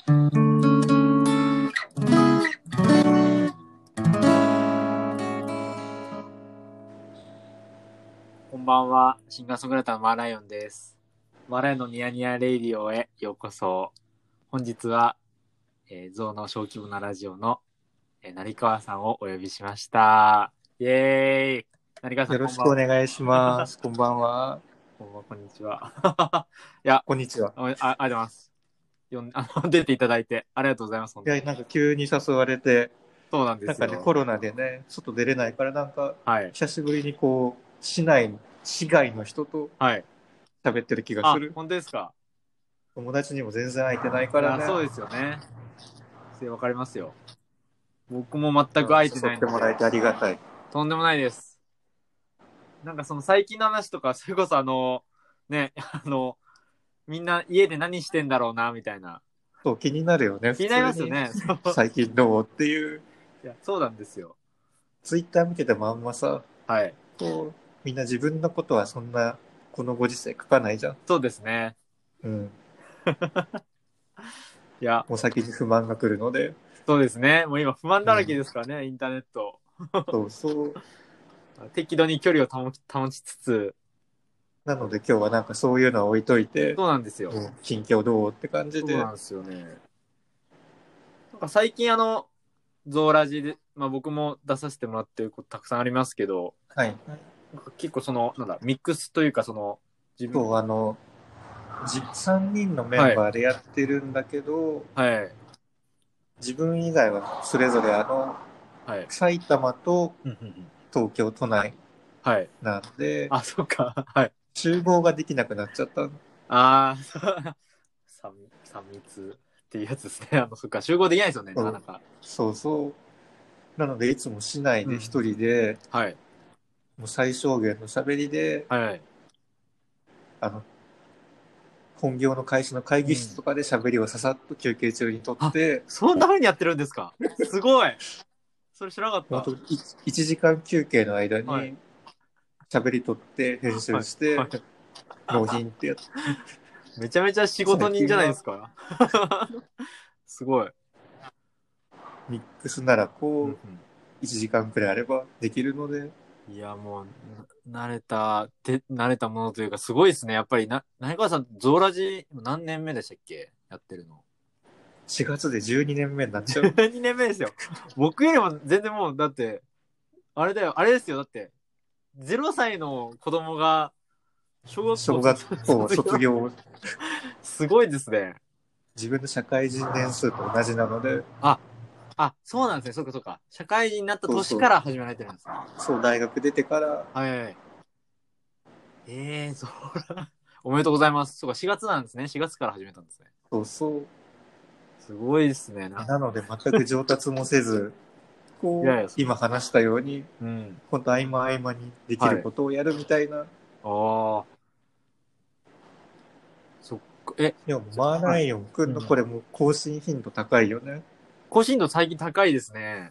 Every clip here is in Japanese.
こんばんは、シンガーソングライターのマーライオンです。マーライオンのニヤニヤレイディオへようこそ。本日は、ゾウの小規模なラジオの、成川さんをお呼びしました。イエーイ。成川さん、 よろしくお願いします。こんばんは。 こんばんは、こんにちは。いや、 こんにちは。 ありがとうございます。出ていただいてありがとうございます。 いや、なんか急に誘われて、 そうなんですよ。 コロナでね、外出れないから、 はい、 久しぶりに市外の人とはい。 喋ってる気がする。 本当ですか？ 友達にも全然会えてないからね。 そうですよね。わかりますよ。僕も全く会えてないので。 誘ってもらえてありがたい。 とんでもないです。なんかその最近の話とか、それこそね、みんな家で何してんだろうな、みたいな。 そう、気になるよね、 気になりますよね。 最近どうっていう。 いや、そうなんですよ。 ツイッター見ててもあんまさ、 はい。 みんな自分のことはそんな、このご時世書かないじゃん。 そうですね。 うん。 いや、 お先に不満が来るので。 そうですね。もう今不満だらけですからね、インターネット。 そうそう。 適度に距離を保ちつつ。 なので今日はなんかそういうのは置いといて、 そうなんですよ。 近況どうって感じで。 そうなんですよね。なんか最近ゾーラジで、僕も出させてもらってることたくさんありますけど、 はい。 なんか結構ミックスというか自分、 そう、3人のメはい、 ンバーでやってるんだけど、 はい、 自分以外はそれぞれはい。 埼玉とうんうんうん。 東京都内はい。 なんで、 そっか。はい。 集合ができなくなっちゃったの。 そう三密っていうやつですね。そっか。集合できないですよね、なかなか。 そうそう。なので、いつも市内で一人で、 はい。 もう最小限の喋りで、 はい。 あの、本業の会社の会議室とかで喋りをささっと休憩中にとって、 そんな風にやってるんですか？すごい。それ知らなかった。 本当1時間休憩の間はい。 に喋り取って編はい。 集して、 はい。 納品ってやつ。 めちゃめちゃ仕事人じゃないですか。すごい。 ミックスならうんう 1時間くらいあればできるので、 いや、もう、慣れたものというか、すごいですね。やっぱり何川さん、ゾーラジ何年目でしたっけ？やってるの。 4月で12年目になっちゃう。 12年目ですよ。僕よりも全然もう、だって、あれだよ、あれですよ。だって、0歳の子供が、小学校小学校卒業、 すごいですね。 自分の社会人年数と同じなので、 そうなんですね。そうかそうか。社会人になったそうそう、 年から始められてるんですね。 そう、大学出てから、 はい。おめでとうございます。そうか、4月なんですね。4月から始めたんですね。 そうそう。 すごいですね。 なので全く上達もせず、 いやいや、 今話したように、 うん。 本当合間合間にできはい。 ることをやるみたいな。 ああ、そっか。 でも、マーはい。 ライオンくうん。 んのこれも更新頻度高いよね。 更新度最近高いですね。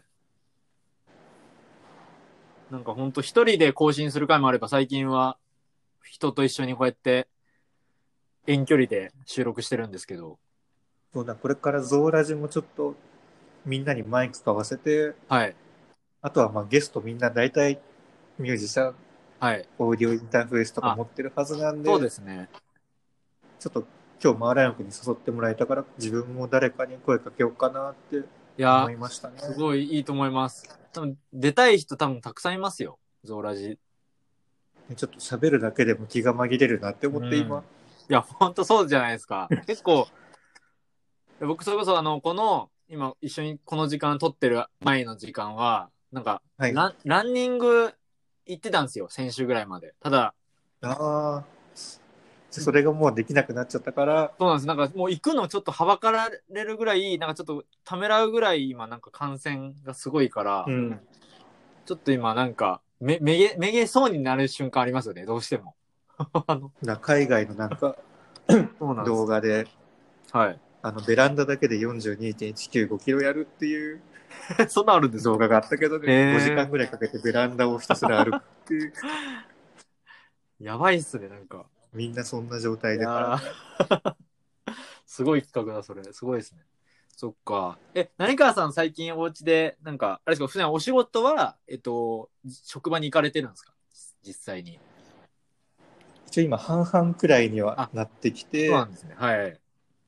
なんかほんと一人で更新する回もあれば、最近は人と一緒にこうやって遠距離で収録してるんですけど。 そうだ、これからゾーラジもちょっとみんなにマイク買わせて、 はい。 あとはゲストみんな大体ミュージシャン、 はい。 オーディオインターフェースとか持ってるはずなんそうでで、 すね。 ちょっと今日マーライオン君に誘ってもらえたから、自分も誰かに声かけようかなっていや、 思いましたね。 すごいいいと思います。多分出たい人多分たくさんいますよ。ゾーラジ。 ちょっと喋るだけでも気が紛れるなって思って今。 うん。いや、ほんとそうじゃないですか。結構、僕それこそ今一緒にこの時間撮ってる前の時間は、なんか、 はい。 ランニング行ってたんですよ。先週ぐらいまで。ただ、 ああ、それがもうできなくなっちゃったから、 そうなんです。なんかもう行くのちょっとはばかられるぐらい、なんかちょっとためらうぐらい今なんか感染がすごいから、 うん。 ちょっと今なんかめげそうになる瞬間ありますよね。どうしても。 海外のそうなんです。 動画で、 はい。 ベランダだけで42.195キロやるっていうそんなあるんですか？ 動画があったけどね、5時間へぐらいかけてベランダをひたすら歩くっていう、 やばいっすね、なんか。 みんなそんな状態いやー、 だからね。 すごい企画だ、それ。すごいですね。 そっか。何川さん最近お家で、なんか、あれですか、普段お仕事は、職場に行かれてるんですか？実際に。 一応今半々くらいにはあ、 なってきて、 そうなんですね。はい。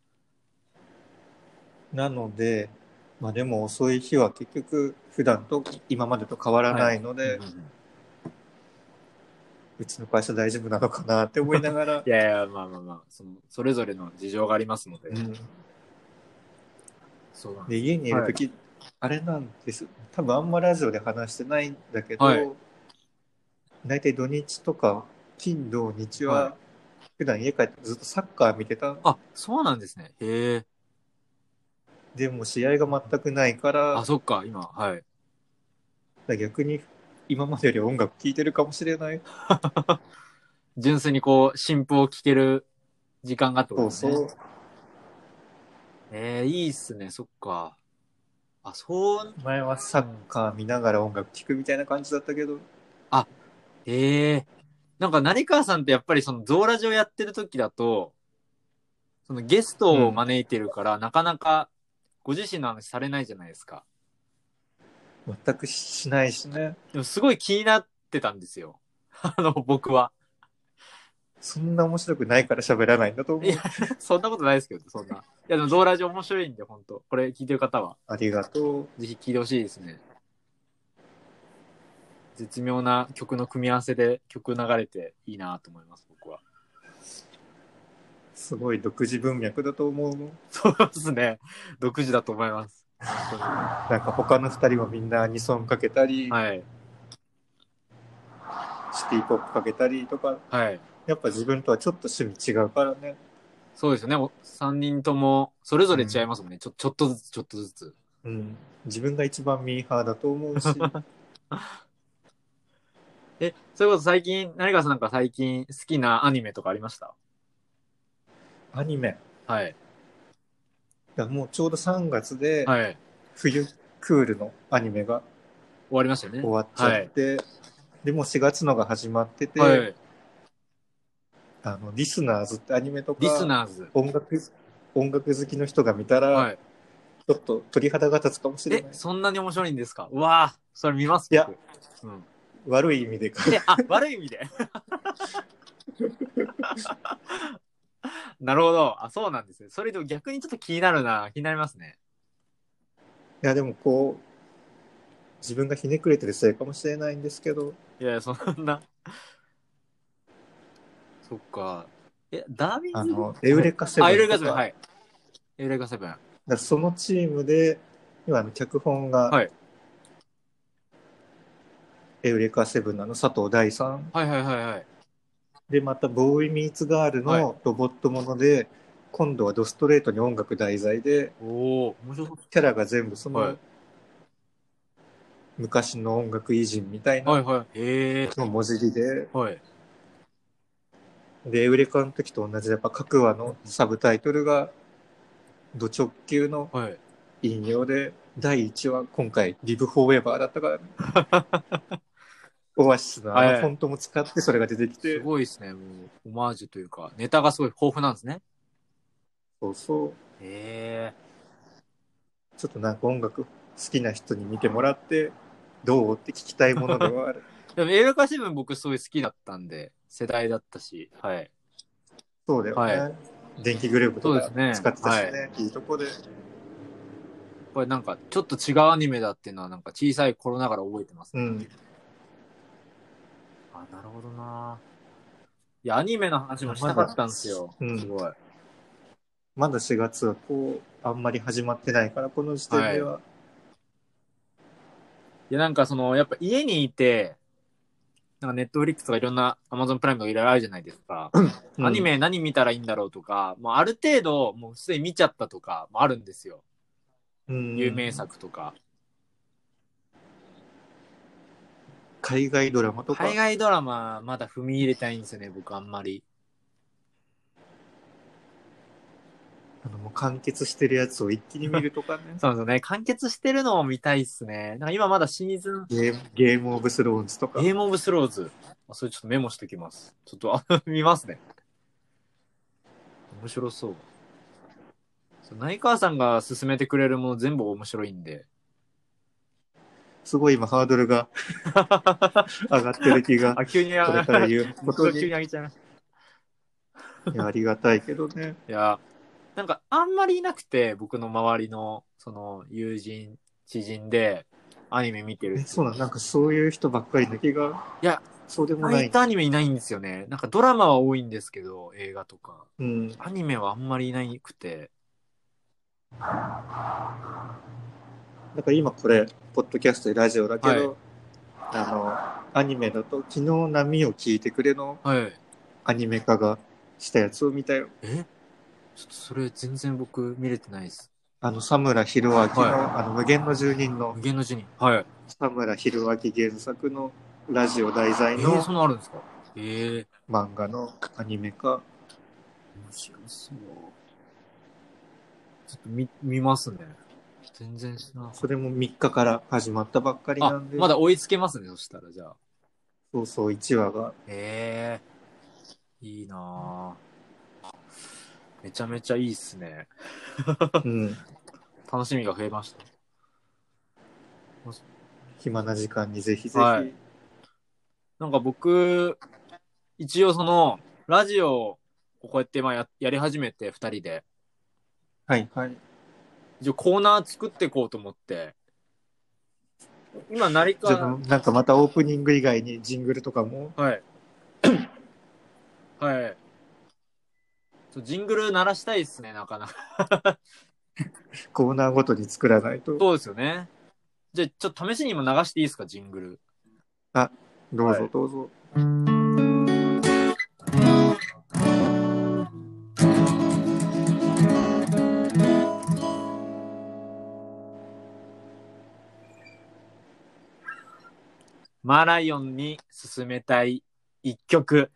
なので、まあでも遅い日は結局普段と今までと変わらはい。 ないので、 うんうんうん。 うちの会社大丈夫なのかなって思いながら、 いやいや、まあまあまあ、それぞれの事情がありますので。 うん。で、 そうなんです。 家にいるはい。 とき、あれなんです。多分あんまラジオで話してないんだけはい。 ど、大体土日とか金土日はい。 は普段家帰ってずっとサッカー見てた。 あ、そうなんですね。へえ。 でも試合が全くないから、 あ、そっか、今、はい。 逆に今までより音楽聴いてるかもしれない。 純粋にこう、新譜を聴ける時間がってことですね。 そうそう。 いいっすね、そっか。あ、そう、 前はサッうん。 カー見ながら音楽聴くみたいな感じだったけど、 あ、へえ。なんか、成川さんってやっぱりその、ゾーラジオやってる時だと、そのゲストをうん。 招いてるから、なかなかご自身の話されないじゃないですか。 全くしないしね。 でもすごい気になってたんですよ。僕は。 そんな面白くないから喋らないんだといや、 思う。 そんなことないですけど、そんな。いや、でも、ゾーラジオ面白いんで、本当これ聞いてる方は、 ありがとう。 ぜひ聞いてほしいですね。絶妙な曲の組み合わせで曲流れていいなと思います、僕は。 すごい独自文脈だと思うもん。 そうですね。独自だと思います。本当に。 なんか他の二人もみんなアニソンかけたり、 はい。 シティポップかけたりとか、 はい。 やっぱ自分とはちょっと趣味違うからね。 そうですよね。3人とも、それぞれ違いうん。 ますもんね。ちょっとずつ、ちょっとずつ。 うん。自分が一番ミーハーだと思うし、 そういうこと最近、成川さんなんか最近好きなアニメとかありました？ アニメ。 はい。 もうちょうど3月ではい。 冬クールのアニメが終わりましたよね。 終わっちゃっはい。 て、でもう4月のが始まってて、 はい。 リスナーズってアニメとリスか、 ナーズ。 音楽、音楽好きの人が見たら、 はい。 ちょっと鳥肌が立つかもしれない。 そんなに面白いんですか？うわぁ、それ見ます、 いや、 僕。うん。 悪い意味でか。 悪い意味で。なるほど。あ、そうなんですね。それでも逆にちょっと気になるな。気になりますね。 いや、でもこう、自分がひねくれてるせいかもしれないんですけど、 いや、そんな。そっか。ダービンズエウレカセあ、エブウレカセブン、はンとか、 い。エウレカセブン。 そのチームで、今脚本がはい。 エウレカセブン佐藤大さん。 はいはいはいはい。 で、また、ボーイミーツガールはい。 のロボットもので、今度はドストレートに音楽題材で、 おー、面白そう。 キャラが全部そのはい。 昔の音楽偉人みたいなはいはい。 の文字りで、 はい。 で、エウレカの時と同じで、やっぱ各話のサブタイトルが、ド直球のはい。 引用で、第1話、今回、リブ・フォーエバーだったから、ね、オアシスのはい。 フォントも使ってそれが出てきすて、 ごいですね。もう、オマージュというか、ネタがすごい豊富なんですね。 そうそう、 へえ。 ちょっとなんか音楽好きな人に見てもらって、どうって聞きたいものではある。 でも映画化セブン僕すごい好きだったんで、世代だったし、はい。 そうだよはい。 ね。電気グループとかそうですね。 使ってたしはい。 ね、いいとこで。 これなんか、ちょっと違うアニメだっていうのはなんか小さい頃ながら覚えてますね。 うん。 あ、なるほどな。いや、アニメの話もしまだ、 たかったんですよ。 うん。 すごい。 まだ4月はこう、あんまり始まってないから、この時点はい。 では。 いや、なんかその、やっぱ家にいて、なんかネットフリックスとかいろんなアマゾンプライムとかいろいろあるじゃないですか。アニうん。 メ何見たらいいんだろうとか、もうある程度もうすでに見ちゃったとかもあるんですよ。 う有名ん。 作とか。 海外ドラマとか、 海外ドラマまだ踏み入れたいんですよね、僕あんまり。 もう完結してるやつを一気に見るとかね。 そうですよね。完結してるのを見たいっすね。なんか今まだシーズン、 ゲームオブスローンズとか。 ゲームオブスローズ。それちょっとメモしておきます。ちょっと、見ますね。面白そう。 内川さんが勧めてくれるもの全部面白いんで。 すごい今ハードルが上がってる気が、 急にこれから言うことに。 急に上げちゃいました。 いや、ありがたいけどね。 いや、なんかあんまりいなくて、僕の周りの、その、友人、知人で、アニメ見てる人。 そうなんかそういう人ばっかりの気が、 いや、 そうでもない。 アニメいないんですよね。なんかドラマは多いんですけど、映画とか。 うん。 アニメはあんまりいなくて。 だから今これ、ポッドキャストでラジオだけど、 はアニメだと、昨日波を聞いてくれのはい。 アニメ化がしたやつを見たよ。 ちょっとそれ全然僕見れてないです。 佐村弘明の、 は無限の住人の無、限のジニー。はい。 佐村弘明原作のラジオ題材のそんなあるんですか？ 漫画のアニメ化。 面白そう。ちょっと見ますね。全然知らなかった。 それも3日から始まったばっかりなんで。 まだ追いつけますね、そしたら、じゃあ。 そうそう、1話が。 いいなぁ。めちゃめちゃいいっすね。 うん。 楽しみが増えました。 暇な時間にぜひぜひ。 はい。なんか僕、一応その、ラジオをこうやってやり始めて、二人で。 はいはい。 一応コーナー作っていこうと思って。今、何か。 なんかまたオープニング以外にジングルとかも。 はい。はい。ジングル鳴らしたいっすね、なかなか。 コーナーごとに作らないと。 そうですよね。じゃあ、ちょっと試しに今流していいですか、ジングル。 あ、どうぞどうぞ。 マーライオンに勧めたい一曲。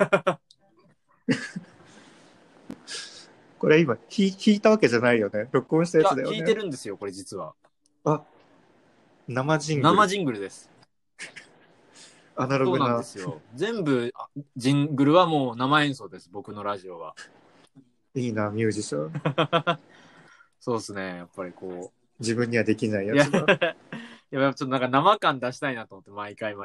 これ今弾いたわけじゃないよね。録音したやつだよね。 弾いてるんですよ、これ実は。 生ジングル。 生ジングルです。 アナログな。 そうなんですよ。全部、ジングルはもう生演奏です、僕のラジオは。 いいな、ミュージシャン。 そうですね、やっぱりこう。 自分にはできないやつだ。 いや、ちょっとなんか生感出したいなと思って、毎回。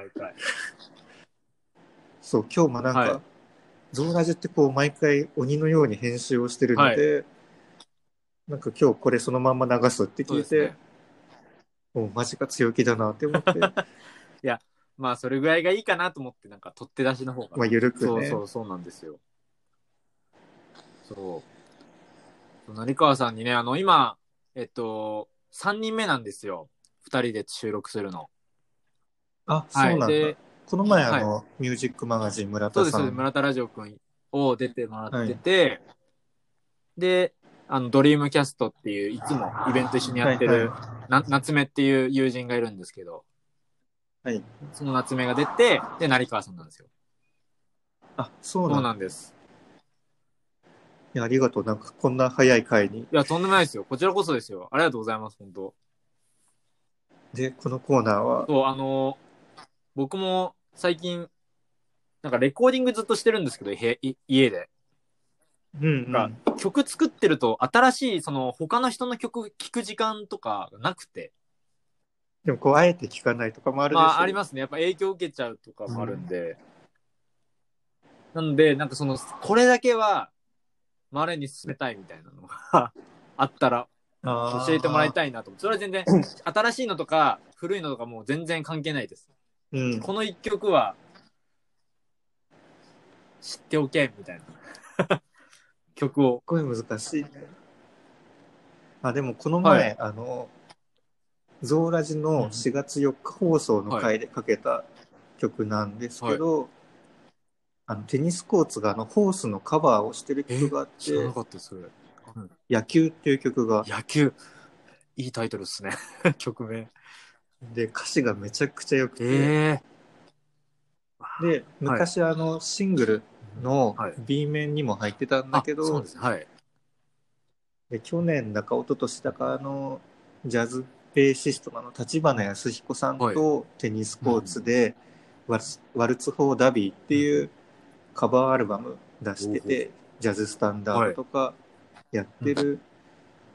そう、今日もなんか、ゾーラジってこう、毎回鬼のように編集をしてるので、なんか今日これそのまんま流すって聞いて、もうマジか強気だなって思って。いや、まあそれぐらいがいいかなと思って、なんか取って出しの方が。 まあ緩くね。 そうなんですよ。そう。成川さんにね、今、3人目なんですよ。2人で収録するの。 そうなんだ。 で、 この前ミュージックマガジン村田さん。 そうです、村田ラジオくんを出てもらってて、で、ドリームキャストっていう、いつもイベント一緒にやってる、夏目っていう友人がいるんですけど、その夏目が出て、で、成川さんなんですよ。そうなんです。 いや、ありがとう。なんか、こんな早い回に。 いや、とんでもないですよ。こちらこそですよ。ありがとうございます、本当。 で、このコーナーはそう、僕も最近、なんかレコーディングずっとしてるんですけど、家で。なんか曲作ってると、新しい、他の人の曲聴く時間とかなくて。 でも、こう、あえて聴かないとかもあるでしょ。 ありますね。やっぱ影響受けちゃうとかもあるんで。なので、なんかこれだけは、マレに進めたいみたいなのがあったら、教えてもらいたいなと思って。それは全然、新しいのとか、古いのとかもう全然関係ないです。この一曲は、知っておけ、みたいな曲を。 すごい難しいね。でもこの前、ゾーラジの4月4日放送の回でかけた曲なんですけど、テニスコーツがホースのカバーをしてる曲があって、 知らなかったそれ。 野球っていう曲が。 野球。いいタイトルですね。曲名。 で、歌詞がめちゃくちゃ良くて。で、昔シングルの B 面にも入ってたんだけど、 そうですね。 で去年だか一昨年だかジャズベーシストの立花康彦さんとテニスコーツで、ワルツ・フォー・ダビーっていうカバーアルバム出してて、ジャズスタンダードとかやってる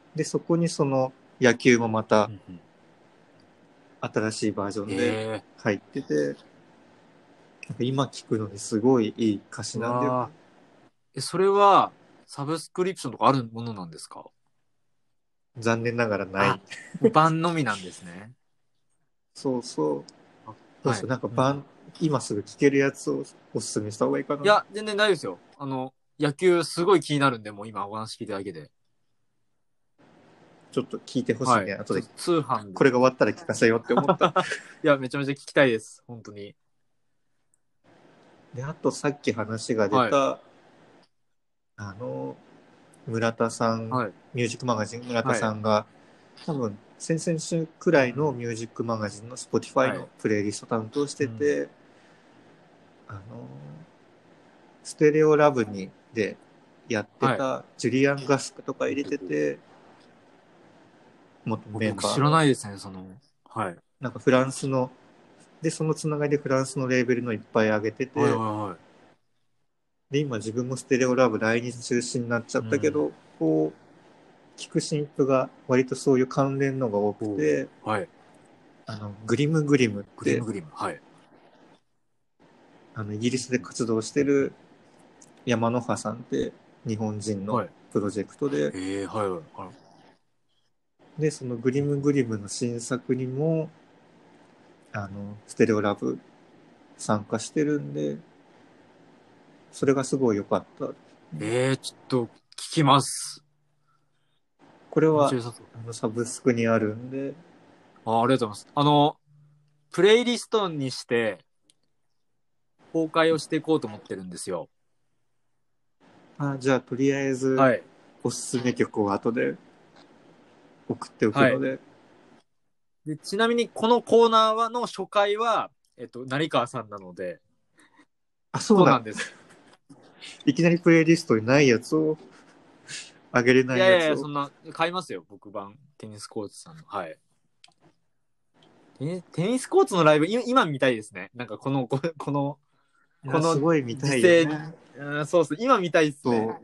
で、そこにその野球もまたうんうん新しいバージョンでえ入ってて、なんか今聞くのにすごいいい歌詞なんだよね。 わそれはサブスクリプションとかあるものなんですか？ 残念ながらなあ、 い。 もう版のみなんですね。 そうそう。どうはい。 するなんかうん今すぐ聴けるやつをおすすめした方がいいかな。 いや、全然大丈夫ですよ。野球すごい気になるんで、もう今お話聞いただけで。 ちょっと聞いてほしいはい。 ね。後で、 通販で。 これが終わったら聞かせようって思った。 いや、めちゃめちゃ聞きたいです。本当に。 で、あとさっき話が出はい。 た、あの、村田さん、 はい。 ミュージックマガジン村田はい。 さんが、多分、先々週くらいのミュージックマガジンの Spotify はい。 のプレイリスト担当してうん。 て、あの、ステレオラブにでやってはい。 たジュリアン・ガスクとか入れてて、元メン僕知らバーの、 ないですね、はい。 なんかフランスの、で、そのつながりでフランスのレーベルのいっぱい上げてはいて、 はで、今自分もステレオラブ来日中止になっちゃいはい。うん。 ったけど、こう、聞く新譜が割とそういう関連のが多くおて、 はい。 グリムグリムって、 グリムグリム。はい。 イギリスで活動してる山の葉さんって日本人のはい。 プロジェクトで、 はいはい。 で、そのグリムグリムの新作にも、ステレオラブ参加してるんで、それがすごい良かった。 ちょっと聞きます。 これは、 めっちゃ良さそう。 サブスクにあるんで、 ありがとうございます。プレイリストにして公開をしていこうと思ってるんですよ。 じゃあとりあえずはい。 おすすめ曲を後で送っておくはい。 ので、 で、ちなみにこのコーナーの初回は、成川さんなので、 あ、そうだ。 そうなんです。 いきなりプレイリストにないやつを、あげれいやいやいや、 ないやつを。 そんな、買いますよ、僕版。テニスコーツさんの。はい。テニスコーツのライブ、今見たいですね。なんかいや、すこのごい見たいよ時勢、 ね。 そうっす。今見たいですそう。 ね。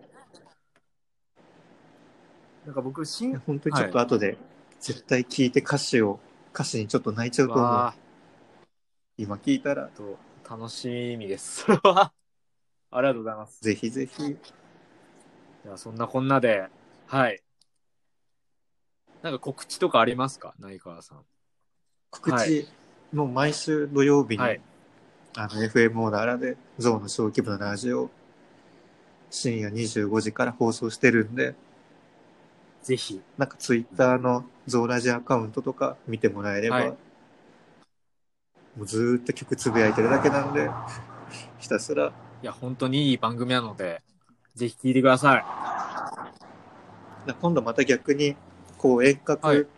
なんか僕、 いや本当にちょはい。 っと後で絶対聞いて歌詞にちょっと泣いちゃうと思う。 わ今聞いたら、 楽しみです。それはありがとうございます。 ぜひぜひ。 じゃあ、そんなこんなで、はい。なんか告知とかありますか成川さん。はい。 告知、もう毎週土曜日に、 はい。 FM オーダーラで、ゾウの小規模なラジオ、深夜25時から放送してるんで、 ぜひ。 なんかツイッターのゾウラジアカウントとか見てもらえれば、 はい。 もうずーっと曲つぶやいてるだけなんで、ひたすら。 いや、本当にいい番組なので、ぜひ聞いてください。 今度また逆に、こう遠はい。 隔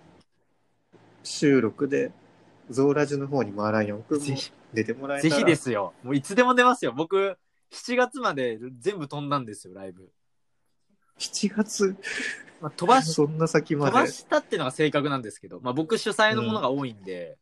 収録で、ゾウラジの方にマーライオンくんもぜひ、 出てもらえぜひたら、 ですよ。もういつでも出ますよ。僕、7月まで全部飛んだんですよ、ライブ。 7月、 まあ、 そんな先ま飛ばで、 したっていうのが正確なんですけど、まあ僕主催うん、 のものが多いんで、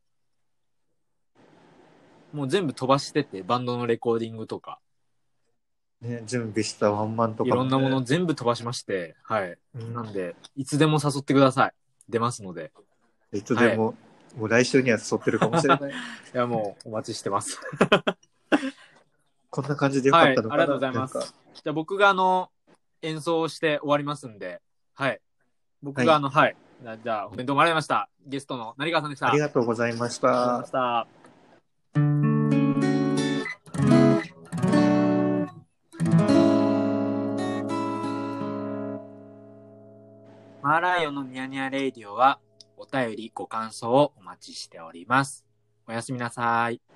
もう全部飛ばしてて、バンドのレコーディングとか、 ね、準備したワンマンといろんなもかもね、 の全部飛ばしまして、はい。 うん、 なんで、いつでも誘ってください。出ますので。 いつではい。 も、もう来週には誘ってるかもしれない。 いや、もうお待ちしてます。 こんな感じでよかはい。 ったのかありがとうごななんか、 ざいます。じゃあ僕が演奏して終わりますんで、はい。僕はい。 がはい。じゃあ、本当にどうもありがとうございました。ゲストの成川さんでした。 ありがとうございましありがとうございまた。 した。マーライオンのニヤニヤレイディオは、お便り、ご感想をお待ちしております。おやすみなさい。